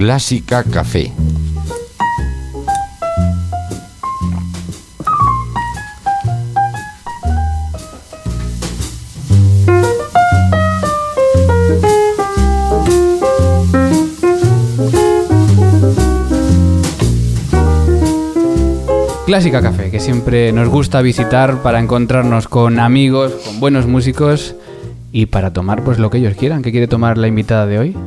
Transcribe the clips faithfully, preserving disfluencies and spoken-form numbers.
Clásica Café. Clásica Café, que siempre nos gusta visitar para encontrarnos con amigos, con buenos músicos y para tomar pues lo que ellos quieran. ¿Qué quiere tomar la invitada de hoy?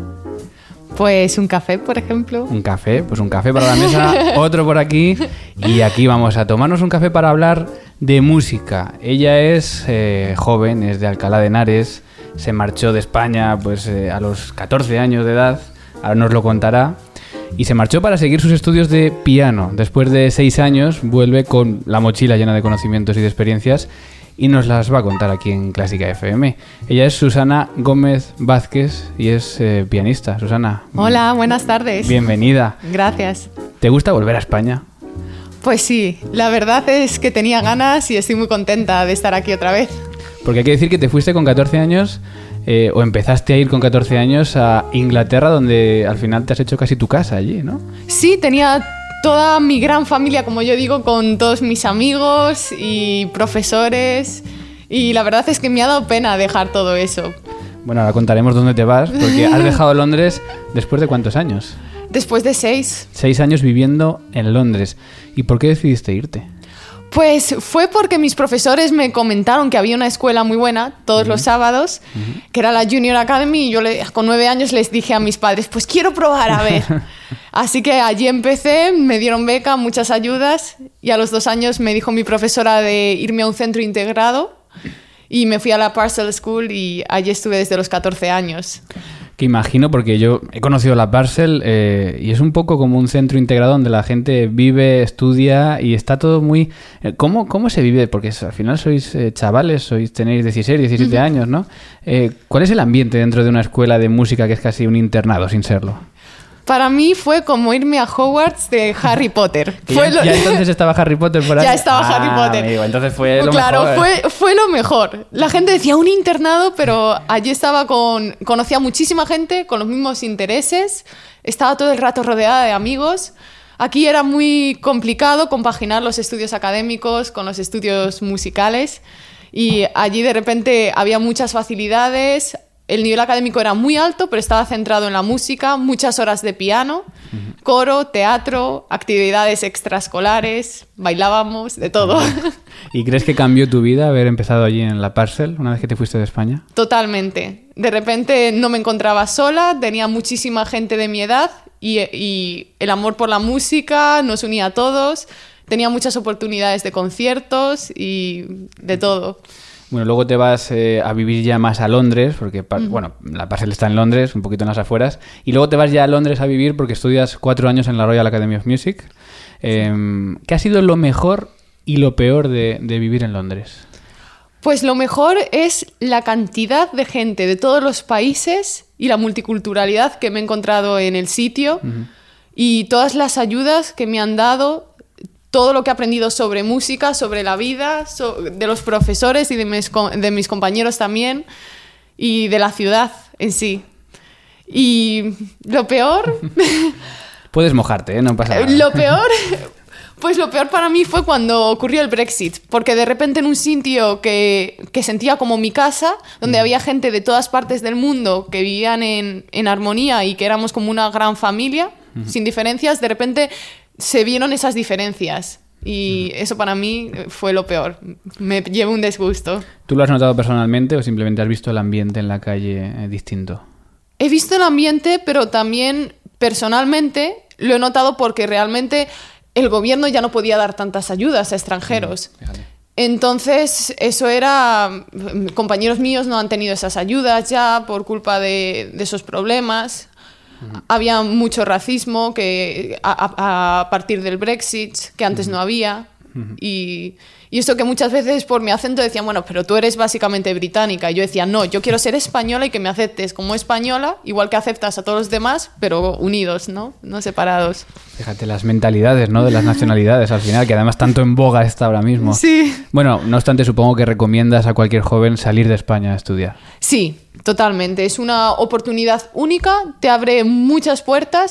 Pues un café, por ejemplo. Un café, pues un café para la mesa, otro por aquí. Y aquí vamos a tomarnos un café para hablar de música. Ella es eh, joven, es de Alcalá de Henares, se marchó de España pues eh, a los catorce años de edad, ahora nos lo contará. Y se marchó para seguir sus estudios de piano. Después de seis años vuelve con la mochila llena de conocimientos y de experiencias y nos las va a contar aquí en Clásica F M. Ella es Susana Gómez Vázquez y es eh, pianista. Susana. Hola, buenas tardes. Bienvenida. Gracias. ¿Te gusta volver a España? Pues sí, la verdad es que tenía ganas y estoy muy contenta de estar aquí otra vez. Porque hay que decir que te fuiste con catorce años... Eh, o empezaste a ir con catorce años a Inglaterra, donde al final te has hecho casi tu casa allí, ¿no? Sí, tenía toda mi gran familia, como yo digo, con todos mis amigos y profesores. Y la verdad es que me ha dado pena dejar todo eso. Bueno, ahora contaremos dónde te vas, porque has dejado Londres después de ¿cuántos años? Después de seis. Seis años viviendo en Londres. ¿Y por qué decidiste irte? Pues fue porque mis profesores me comentaron que había una escuela muy buena todos uh-huh. los sábados, uh-huh. que era la Junior Academy, y yo le, con nueve años les dije a mis padres, pues quiero probar a ver. Así que allí empecé, me dieron beca, muchas ayudas, y a los dos años me dijo mi profesora de irme a un centro integrado, y me fui a la Purcell School y allí estuve desde los catorce años. Que imagino, porque yo he conocido la Purcell eh, y es un poco como un centro integrado donde la gente vive, estudia y está todo muy... ¿Cómo, cómo se vive? Porque al final sois eh, chavales, sois tenéis dieciséis, diecisiete uh-huh. años, ¿no? Eh, ¿Cuál es el ambiente dentro de una escuela de música que es casi un internado, sin serlo? Para mí fue como irme a Hogwarts de Harry Potter. Fue ya, lo... ya entonces estaba Harry Potter por ahí. Ya estaba ah, Harry Potter. Amigo, entonces fue lo claro, mejor. Claro, fue, fue lo mejor. La gente decía un internado, pero allí estaba con... Conocía muchísima gente con los mismos intereses. Estaba todo el rato rodeada de amigos. Aquí era muy complicado compaginar los estudios académicos con los estudios musicales. Y allí de repente había muchas facilidades. El nivel académico era muy alto, pero estaba centrado en la música, muchas horas de piano, uh-huh. coro, teatro, actividades extraescolares, bailábamos, de todo. Uh-huh. ¿Y crees que cambió tu vida haber empezado allí en la Purcell una vez que te fuiste de España? Totalmente. De repente no me encontraba sola, tenía muchísima gente de mi edad y, y el amor por la música nos unía a todos. Tenía muchas oportunidades de conciertos y de todo. Bueno, luego te vas eh, a vivir ya más a Londres, porque, uh-huh. bueno, la Purcell está en Londres, un poquito en las afueras, y luego te vas ya a Londres a vivir porque estudias cuatro años en la Royal Academy of Music. Eh, sí. ¿Qué ha sido lo mejor y lo peor de, de vivir en Londres? Pues lo mejor es la cantidad de gente de todos los países y la multiculturalidad que me he encontrado en el sitio uh-huh. y todas las ayudas que me han dado. Todo lo que he aprendido sobre música, sobre la vida, so, de los profesores y de mis, de mis compañeros también, y de la ciudad en sí. Y lo peor... Puedes mojarte, ¿eh? No pasa nada. Lo peor... Pues lo peor para mí fue cuando ocurrió el Brexit, porque de repente en un sitio que, que sentía como mi casa, donde mm. había gente de todas partes del mundo que vivían en, en armonía y que éramos como una gran familia, mm. sin diferencias, de repente... se vieron esas diferencias y eso para mí fue lo peor. Me llevo un disgusto. ¿Tú lo has notado personalmente o simplemente has visto el ambiente en la calle eh, distinto? He visto el ambiente, pero también personalmente lo he notado porque realmente el gobierno ya no podía dar tantas ayudas a extranjeros. Mm, Entonces, eso era... Compañeros míos no han tenido esas ayudas ya por culpa de, de esos problemas. Uh-huh. Había mucho racismo que a, a, a partir del Brexit, que antes uh-huh. no había. Uh-huh. Y, y esto que muchas veces por mi acento decían, bueno, pero tú eres básicamente británica. Y yo decía, no, yo quiero ser española y que me aceptes como española, igual que aceptas a todos los demás, pero unidos, ¿no? No separados. Fíjate las mentalidades, ¿no? De las nacionalidades al final, que además tanto en boga está ahora mismo. Sí. Bueno, no obstante, supongo que recomiendas a cualquier joven salir de España a estudiar. Sí, totalmente. Es una oportunidad única, te abre muchas puertas,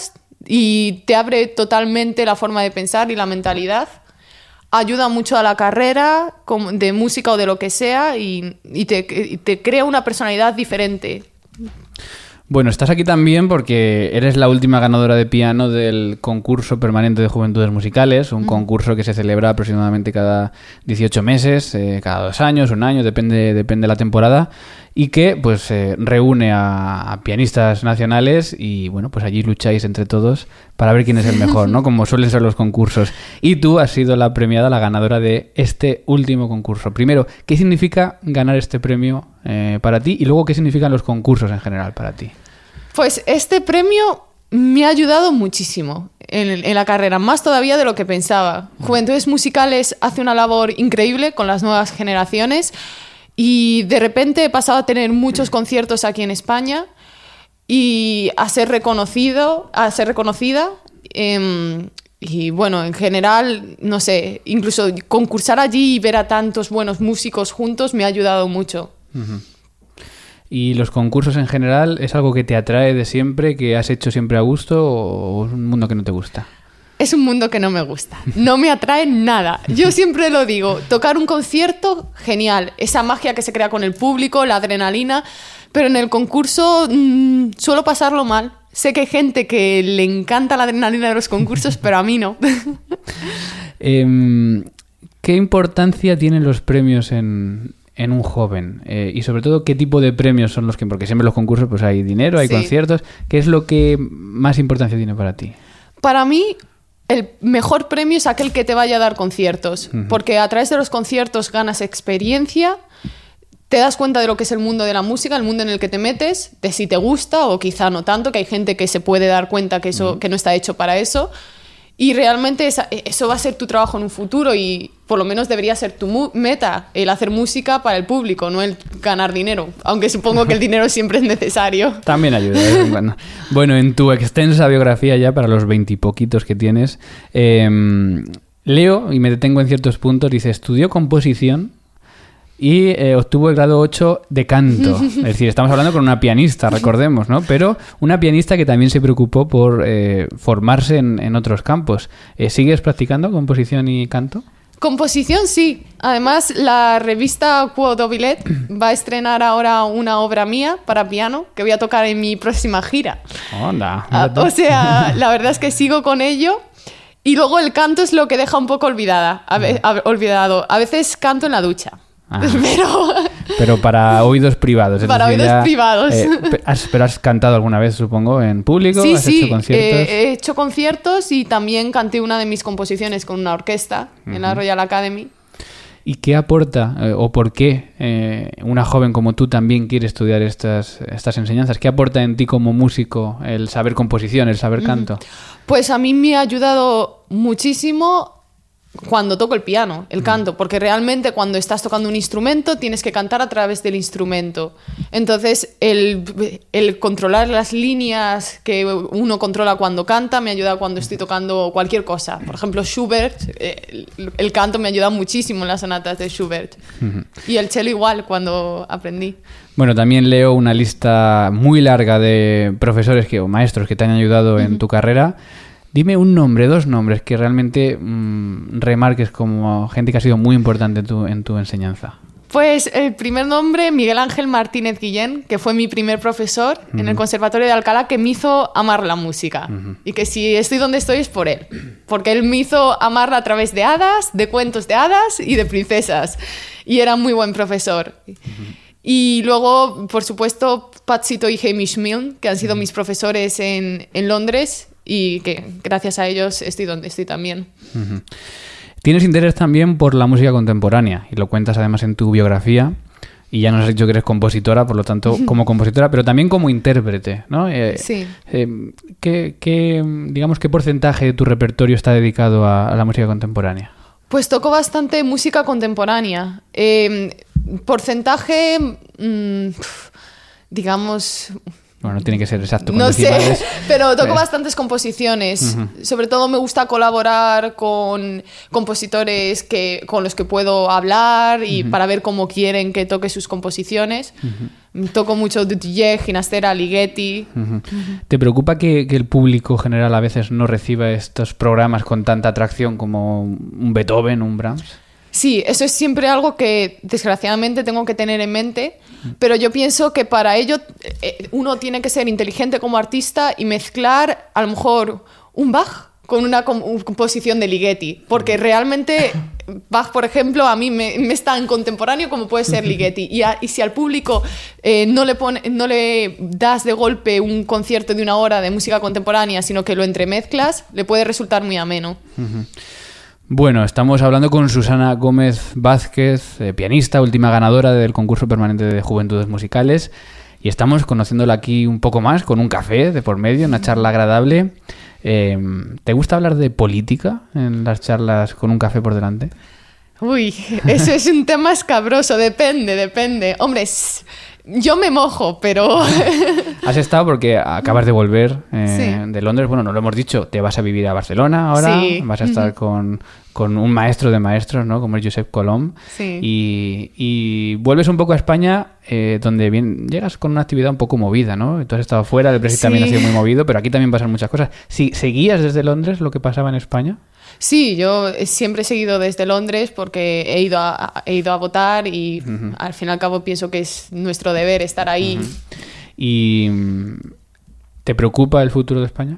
y te abre totalmente la forma de pensar y la mentalidad. Ayuda mucho a la carrera de música o de lo que sea y, y, te, y te crea una personalidad diferente. Bueno, estás aquí también porque eres la última ganadora de piano del concurso permanente de Juventudes Musicales, un mm. concurso que se celebra aproximadamente cada dieciocho meses, eh, cada dos años, un año, depende, depende de la temporada, y que pues eh, reúne a, a pianistas nacionales y bueno, pues allí lucháis entre todos para ver quién es el mejor, ¿no? Como suelen ser los concursos. Y tú has sido la premiada, la ganadora de este último concurso. Primero, ¿qué significa ganar este premio eh, para ti? Y luego, ¿qué significan los concursos en general para ti? Pues este premio me ha ayudado muchísimo en, en la carrera, más todavía de lo que pensaba. Juventudes Musicales hace una labor increíble con las nuevas generaciones y de repente he pasado a tener muchos conciertos aquí en España y a ser reconocido, a ser reconocida. Eh, y bueno, en general, no sé, incluso concursar allí y ver a tantos buenos músicos juntos me ha ayudado mucho. Uh-huh. ¿Y los concursos en general es algo que te atrae de siempre, que has hecho siempre a gusto o es un mundo que no te gusta? Es un mundo que no me gusta. No me atrae nada. Yo siempre lo digo, tocar un concierto, genial. Esa magia que se crea con el público, la adrenalina, pero en el concurso mmm, suelo pasarlo mal. Sé que hay gente que le encanta la adrenalina de los concursos, pero a mí no. eh, ¿Qué importancia tienen los premios en... en un joven? Eh, y sobre todo, ¿qué tipo de premios son los que...? Porque siempre en los concursos pues hay dinero, hay sí. conciertos. ¿Qué es lo que más importancia tiene para ti? Para mí, el mejor premio es aquel que te vaya a dar conciertos. Uh-huh. Porque a través de los conciertos ganas experiencia, te das cuenta de lo que es el mundo de la música, el mundo en el que te metes, de si te gusta o quizá no tanto, que hay gente que se puede dar cuenta que, eso, uh-huh. que no está hecho para eso. Y realmente esa, eso va a ser tu trabajo en un futuro y por lo menos debería ser tu mu- meta, el hacer música para el público, no el ganar dinero. Aunque supongo que el dinero siempre es necesario. También ayuda. ¿eh? Bueno, bueno, en tu extensa biografía ya para los veintipoquitos que tienes, eh, leo y me detengo en ciertos puntos, dice, estudió composición y eh, obtuvo el grado ocho de canto. Es decir, estamos hablando con una pianista, recordemos, ¿no? Pero una pianista que también se preocupó por eh, formarse en, en otros campos. Eh, ¿Sigues practicando composición y canto? Composición, sí. Además, la revista Quo Billet va a estrenar ahora una obra mía para piano que voy a tocar en mi próxima gira. Onda. Ah, o sea, la verdad es que sigo con ello. Y luego el canto es lo que deja un poco olvidada, a ve- a- olvidado. A veces canto en la ducha. Pero... pero para oídos privados. Es para decir, oídos ya, privados. Eh, has, pero has cantado alguna vez, supongo, en público. Sí, ¿Has sí. hecho conciertos? Eh, he hecho conciertos y también canté una de mis composiciones con una orquesta uh-huh. en la Royal Academy. ¿Y qué aporta eh, o por qué eh, una joven como tú también quiere estudiar estas, estas enseñanzas? ¿Qué aporta en ti como músico el saber composición, el saber canto? Pues a mí me ha ayudado muchísimo cuando toco el piano, el canto, porque realmente cuando estás tocando un instrumento tienes que cantar a través del instrumento. Entonces, el, el controlar las líneas que uno controla cuando canta me ayuda cuando estoy tocando cualquier cosa. Por ejemplo, Schubert, el, el canto me ayuda muchísimo en las sonatas de Schubert. Uh-huh. Y el cello igual, cuando aprendí. Bueno, también leo una lista muy larga de profesores que, o maestros que te han ayudado uh-huh. en tu carrera. Dime un nombre, dos nombres que realmente mmm, remarques como gente que ha sido muy importante en tu, en tu enseñanza. Pues el primer nombre, Miguel Ángel Martínez Guillén, que fue mi primer profesor uh-huh. en el Conservatorio de Alcalá, que me hizo amar la música. Uh-huh. Y que si estoy donde estoy es por él. Porque él me hizo amarla a través de hadas, de cuentos de hadas y de princesas. Y era muy buen profesor. Uh-huh. Y luego, por supuesto, Patsito y Hamish Milne, que han sido uh-huh. mis profesores en, en Londres y que gracias a ellos estoy donde estoy también. Uh-huh. Tienes interés también por la música contemporánea y lo cuentas además en tu biografía y ya nos has dicho que eres compositora, por lo tanto como compositora, pero también como intérprete, ¿no? Eh, sí. Eh, ¿qué, qué, digamos, ¿qué porcentaje de tu repertorio está dedicado a, a la música contemporánea? Pues toco bastante música contemporánea. Eh, porcentaje, mmm, digamos... Bueno, no tiene que ser exacto con No decimales. sé, pero toco Eh. bastantes composiciones. Ujú. Sobre todo me gusta colaborar con compositores que, con los que puedo hablar y para ver cómo quieren que toque sus composiciones. Toco mucho Dutilleux, Ginastera, Ligeti. Ujú. ¿Te preocupa que, que el público general a veces no reciba estos programas con tanta atracción como un Beethoven, un Brahms? Sí, eso es siempre algo que desgraciadamente tengo que tener en mente, pero yo pienso que para ello eh, uno tiene que ser inteligente como artista y mezclar a lo mejor un Bach con una com- composición de Ligeti, porque realmente Bach, por ejemplo, a mí me, me es tan contemporáneo como puede ser Ligeti, y, a- y si al público eh, no, le pone, no le das de golpe un concierto de una hora de música contemporánea, sino que lo entremezclas, le puede resultar muy ameno. Uh-huh. Bueno, estamos hablando con Susana Gómez Vázquez, eh, pianista, última ganadora del concurso permanente de Juventudes Musicales, y estamos conociéndola aquí un poco más con un café de por medio, una charla agradable. Eh, ¿Te gusta hablar de política en las charlas con un café por delante? Uy, eso es un tema escabroso, depende, depende. Hombre, s- yo me mojo, pero... Has estado porque acabas de volver eh, Sí. de Londres, bueno, no lo hemos dicho, te vas a vivir a Barcelona ahora, Sí. vas a estar con, con un maestro de maestros, ¿no? Como es Josep Colom, Sí. y, y vuelves un poco a España, eh, donde bien, llegas con una actividad un poco movida, ¿no? Tú has estado fuera, el Brexit Sí. también ha sido muy movido, pero aquí también pasan muchas cosas. Sí, ¿seguías desde Londres lo que pasaba en España? Sí, yo siempre he seguido desde Londres porque he ido a, he ido a votar y Ujú. al fin y al cabo pienso que es nuestro deber estar ahí. ¿Y mm, te preocupa el futuro de España?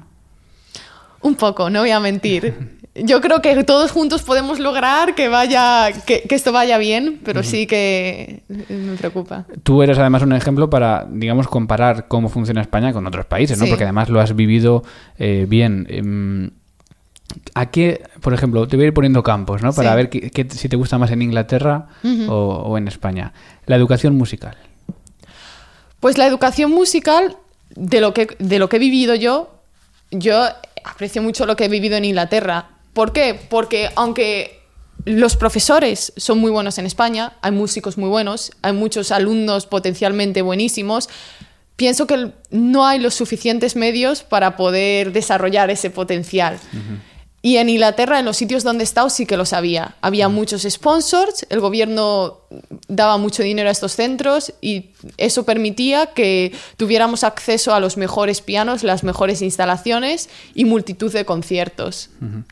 Un poco, no voy a mentir. Yo creo que todos juntos podemos lograr que vaya, que, que esto vaya bien, pero sí que me preocupa. Tú eres además un ejemplo para, digamos, comparar cómo funciona España con otros países, ¿no? Sí. Porque además lo has vivido eh, bien. Em, ¿A qué, por ejemplo, te voy a ir poniendo campos, ¿no? Para Sí. ver qué- qué- si te gusta más en Inglaterra Ujú. o, o en España. La educación musical. Pues la educación musical, de lo que, de lo que he vivido yo, yo aprecio mucho lo que he vivido en Inglaterra. ¿Por qué? Porque aunque los profesores son muy buenos en España, hay músicos muy buenos, hay muchos alumnos potencialmente buenísimos, pienso que no hay los suficientes medios para poder desarrollar ese potencial. Y en Inglaterra, en los sitios donde he estado, sí que lo sabía. Había muchos sponsors, el gobierno daba mucho dinero a estos centros y eso permitía que tuviéramos acceso a los mejores pianos, las mejores instalaciones y multitud de conciertos.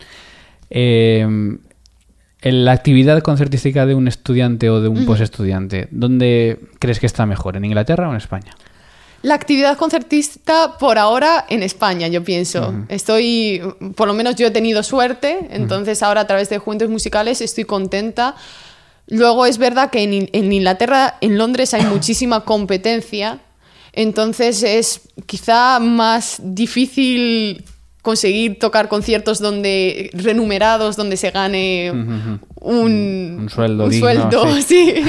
Eh, en la actividad concertística de un estudiante o de un postestudiante, ¿dónde crees que está mejor? ¿En Inglaterra o en España? La actividad concertista por ahora en España, yo pienso. Estoy, por lo menos yo he tenido suerte, entonces ahora a través de Juventudes Musicales estoy contenta. Luego es verdad que en, en Inglaterra, en Londres hay muchísima competencia, entonces es quizá más difícil conseguir tocar conciertos donde renumerados, donde se gane un, Un sueldo un digno, sueldo, sí. sí.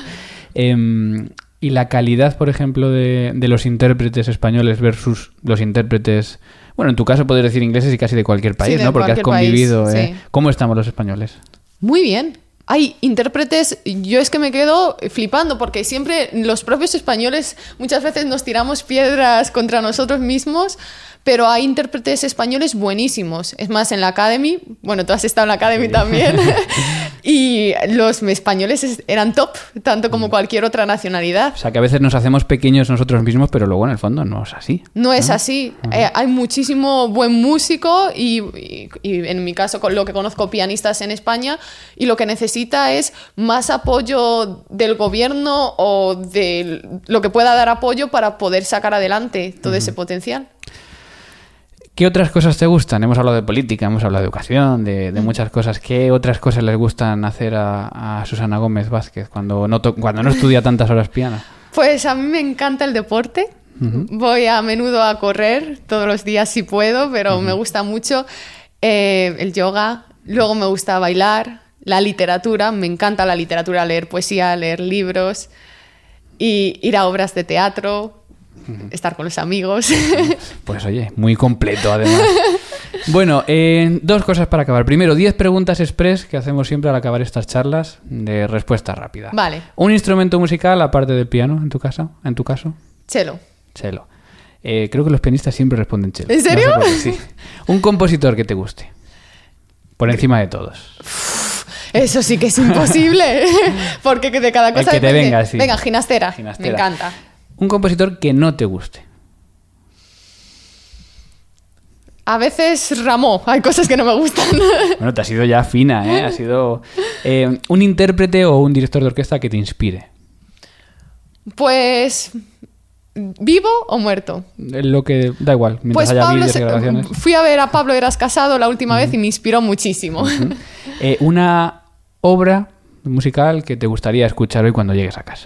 Em, y la calidad, por ejemplo, de, de los intérpretes españoles versus los intérpretes, bueno, en tu caso puedes decir ingleses y casi de cualquier país, de ¿no? Porque has cualquier país, convivido. sí. ¿eh? ¿Cómo estamos los españoles? Muy bien. Hay intérpretes, yo es que me quedo flipando porque siempre los propios españoles muchas veces nos tiramos piedras contra nosotros mismos, pero hay intérpretes españoles buenísimos. Es más, en la Academy, bueno, tú has estado en la Academy Sí. también, y los españoles es- eran top, tanto como cualquier otra nacionalidad. O sea, que a veces nos hacemos pequeños nosotros mismos, pero luego en el fondo no es así. No es así. Eh, hay muchísimo buen músico y, y- y en mi caso con lo que conozco pianistas en España y lo que necesita es más apoyo del gobierno o de lo que pueda dar apoyo para poder sacar adelante todo ese potencial. ¿Qué otras cosas te gustan? Hemos hablado de política, hemos hablado de educación, de, de muchas cosas. ¿Qué otras cosas les gustan hacer a, a Susana Gómez Vázquez cuando no, to- cuando no estudia tantas horas piano? Pues a mí me encanta el deporte. Voy a menudo a correr todos los días si puedo, pero me gusta mucho eh, el yoga. Luego me gusta bailar, la literatura. Me encanta la literatura, leer poesía, leer libros y ir a obras de teatro, estar con los amigos. Pues oye, muy completo además. Bueno, eh, dos cosas para acabar. Primero, diez preguntas express que hacemos siempre al acabar estas charlas de respuesta rápida. Vale. ¿Un instrumento musical aparte del piano en tu caso? ¿En tu caso? Chelo. Cello. Eh, creo que los pianistas siempre responden cello. ¿En serio? No sé por qué, sí. Un compositor que te guste. Por encima de todos. Eso sí que es imposible. Porque de cada cosa El que te depende. venga, sí. Venga, ginastera. Ginastera. Me encanta. Un compositor que no te guste. A veces Ramó. Hay cosas que no me gustan. Bueno, te has sido ya fina, ¿eh? Has sido eh, un intérprete o un director de orquesta que te inspire. Pues... ¿Vivo o muerto? Lo que da igual, mientras Pues haya Pablo, vídeos y se- grabaciones. fui a ver a Pablo Eras Casado la última vez y me inspiró muchísimo. Eh, una obra musical que te gustaría escuchar hoy cuando llegues a casa.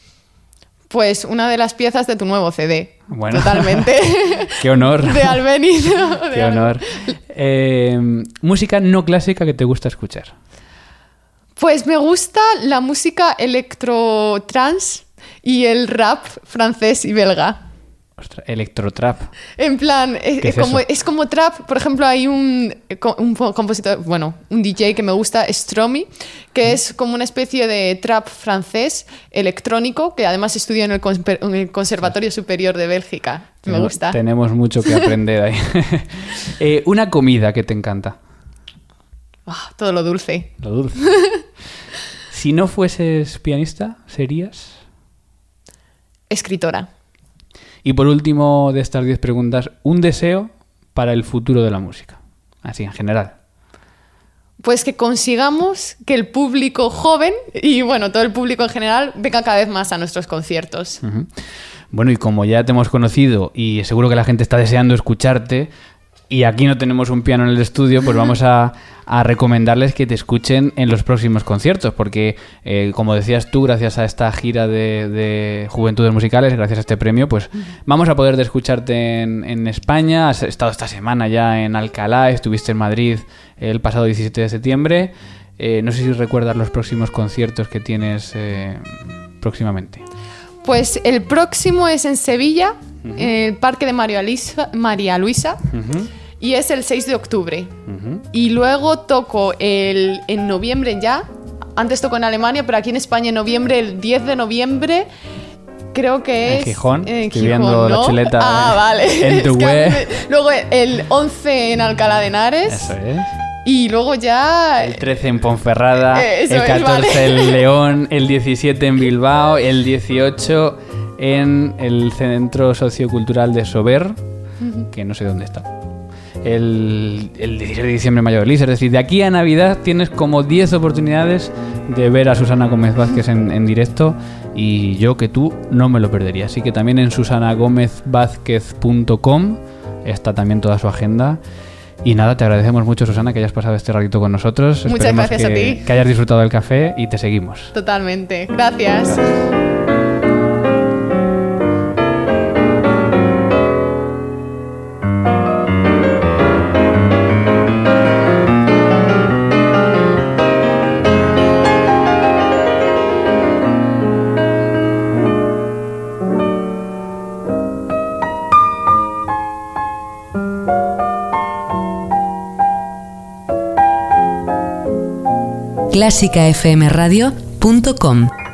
Pues una de las piezas de tu nuevo C D. Bueno. Totalmente. ¡Qué honor! De Albeniz. De ¡Qué honor! Eh, música no clásica que te gusta escuchar. Pues me gusta la música electro-trans y el rap francés y belga. Ostras, electrotrap. En plan, es, ¿Qué es como, eso? es como trap. Por ejemplo, hay un, un compositor, bueno, un D J que me gusta, Stromy, que es como una especie de trap francés electrónico, que además estudia en el, consper- en el Conservatorio Superior de Bélgica. Me Tenemos- gusta. Tenemos mucho que aprender ahí. Eh, una comida que te encanta. Ah, todo lo dulce. Lo dulce. Si no fueses pianista, ¿serías? Escritora. Y por último de estas diez preguntas, un deseo para el futuro de la música. Así, en general. Pues que consigamos que el público joven y bueno, todo el público en general venga cada vez más a nuestros conciertos. Ujú. Bueno, y como ya te hemos conocido y seguro que la gente está deseando escucharte, y aquí no tenemos un piano en el estudio, pues vamos a, a recomendarles que te escuchen en los próximos conciertos, porque eh, como decías tú, gracias a esta gira de, de Juventudes Musicales, gracias a este premio, pues vamos a poder de escucharte en, en España. Has estado esta semana ya en Alcalá, estuviste en Madrid el pasado diecisiete de septiembre. Eh, no sé si recuerdas los próximos conciertos que tienes eh, próximamente. Pues el próximo es en Sevilla, en el Parque de María Luisa, María Luisa Ujú, y es el seis de octubre. ujú. Y luego toco el, en noviembre ya. Antes toco en Alemania, pero aquí en España en noviembre, el diez de noviembre, creo que En es... Gijón, En estoy viendo la ¿no? chuleta Ah, en- vale. en tu Es que web. me- Luego el once en Alcalá de Henares. Eso es. Y luego ya... El trece en Ponferrada, Eh, eso el es, catorce vale. en León, el diecisiete en Bilbao, el dieciocho en el Centro Sociocultural de Sober, que no sé dónde está. El, el dieciséis de diciembre en Valladolid. Es decir, de aquí a Navidad tienes como diez oportunidades de ver a Susana Gómez Vázquez en, en directo, y yo que tú no me lo perdería. Así que también en susana gómez vázquez punto com está también toda su agenda. Y nada, te agradecemos mucho, Susana, que hayas pasado este ratito con nosotros. Muchas Esperemos gracias que, a ti. que hayas disfrutado del café y te seguimos. Totalmente. Gracias. clásica f m radio punto com